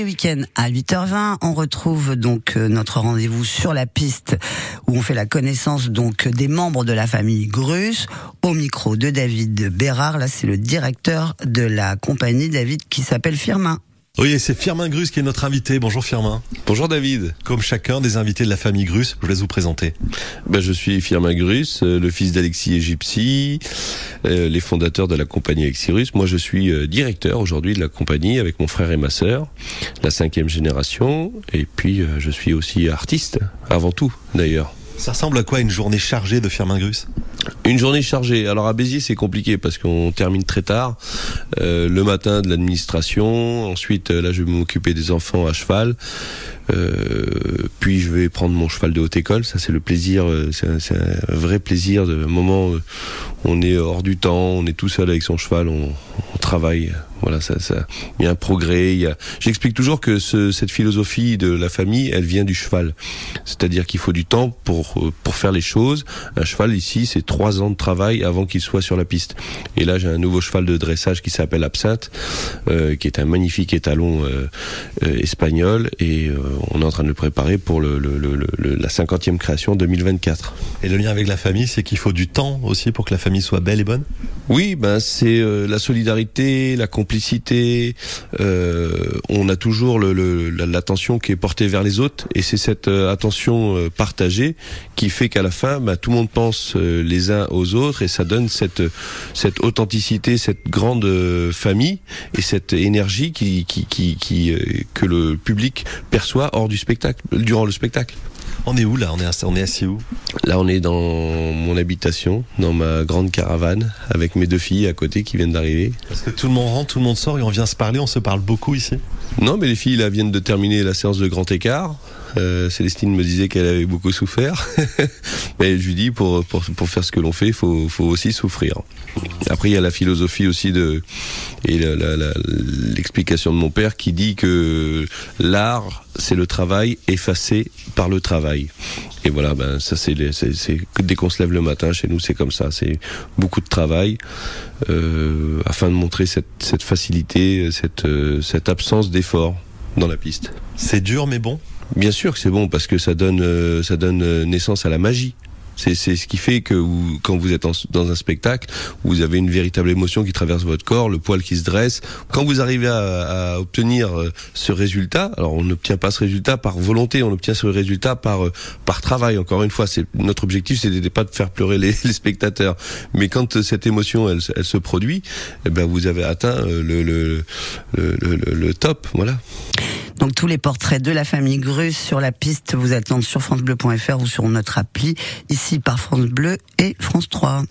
week-ends à 8h20, on retrouve donc notre rendez-vous sur la piste où on fait la connaissance donc des membres de la famille Grus. Au micro de David Bérard, là c'est le directeur de la compagnie David qui s'appelle Firmin. Oui, c'est Firmin Grus qui est notre invité. Bonjour Firmin. Bonjour David. Comme chacun des invités de la famille Grus, je vous laisse vous présenter. Je suis Firmin Grus, le fils d'Alexis et Gypsy, les fondateurs de la compagnie Alexis Grus. Moi je suis directeur aujourd'hui de la compagnie avec mon frère et ma sœur, la 5e génération. Et puis je suis aussi artiste, avant tout d'ailleurs. Ça ressemble à quoi une journée chargée de Firmin Grus ? Une journée chargée. Alors à Béziers c'est compliqué parce qu'on termine très tard. Le matin de l'administration, ensuite là je vais m'occuper des enfants à cheval. Puis je vais prendre mon cheval de haute école. Ça c'est le plaisir, c'est un vrai plaisir de moment où on est hors du temps, on est tout seul avec son cheval, on travaille. Voilà, il y a un progrès. J'explique toujours que cette philosophie de la famille, elle vient du cheval. C'est-à-dire qu'il faut du temps pour faire les choses. Un cheval ici, c'est 3 ans de travail avant qu'il soit sur la piste. Et là, j'ai un nouveau cheval de dressage qui s'appelle Absinthe, qui est un magnifique étalon espagnol, et on est en train de le préparer pour la 50e création 2024. Et le lien avec la famille, c'est qu'il faut du temps aussi pour que la famille soit belle et bonne ? Oui, c'est la solidarité, la complicité. On a toujours l'attention qui est portée vers les autres, et c'est cette attention partagée qui fait qu'à la fin, tout le monde pense les uns aux autres, et ça donne cette authenticité, cette grande famille et cette énergie que le public perçoit hors du spectacle, durant le spectacle. On est où là ? On est assis où ? Là, on est dans mon habitation, dans ma grande caravane, avec mes 2 filles à côté qui viennent d'arriver. Parce que tout le monde rentre, tout le monde sort et on vient se parler, on se parle beaucoup ici ? Non, mais les filles là viennent de terminer la séance de grand écart. Célestine me disait qu'elle avait beaucoup souffert. Mais je lui dis, pour faire ce que l'on fait, faut aussi souffrir. Après, il y a la philosophie aussi et l'explication de mon père qui dit que l'art, c'est le travail effacé par le travail. Et voilà, ça c'est dès qu'on se lève le matin, chez nous, c'est comme ça. C'est beaucoup de travail, afin de montrer cette facilité, cette absence d'effort dans la piste. C'est dur mais bon ? Bien sûr que c'est bon, parce que ça donne naissance à la magie. C'est ce qui fait que quand vous êtes dans un spectacle, vous avez une véritable émotion qui traverse votre corps, le poil qui se dresse. Quand vous arrivez à obtenir ce résultat, alors on n'obtient pas ce résultat par volonté, on obtient ce résultat par travail. Encore une fois, notre objectif, c'était pas de faire pleurer les spectateurs. Mais quand cette émotion, elle se produit, vous avez atteint le top, voilà. Donc tous les portraits de la famille Grus sur la piste vous attendent sur francebleu.fr ou sur notre appli, ici par France Bleu et France 3.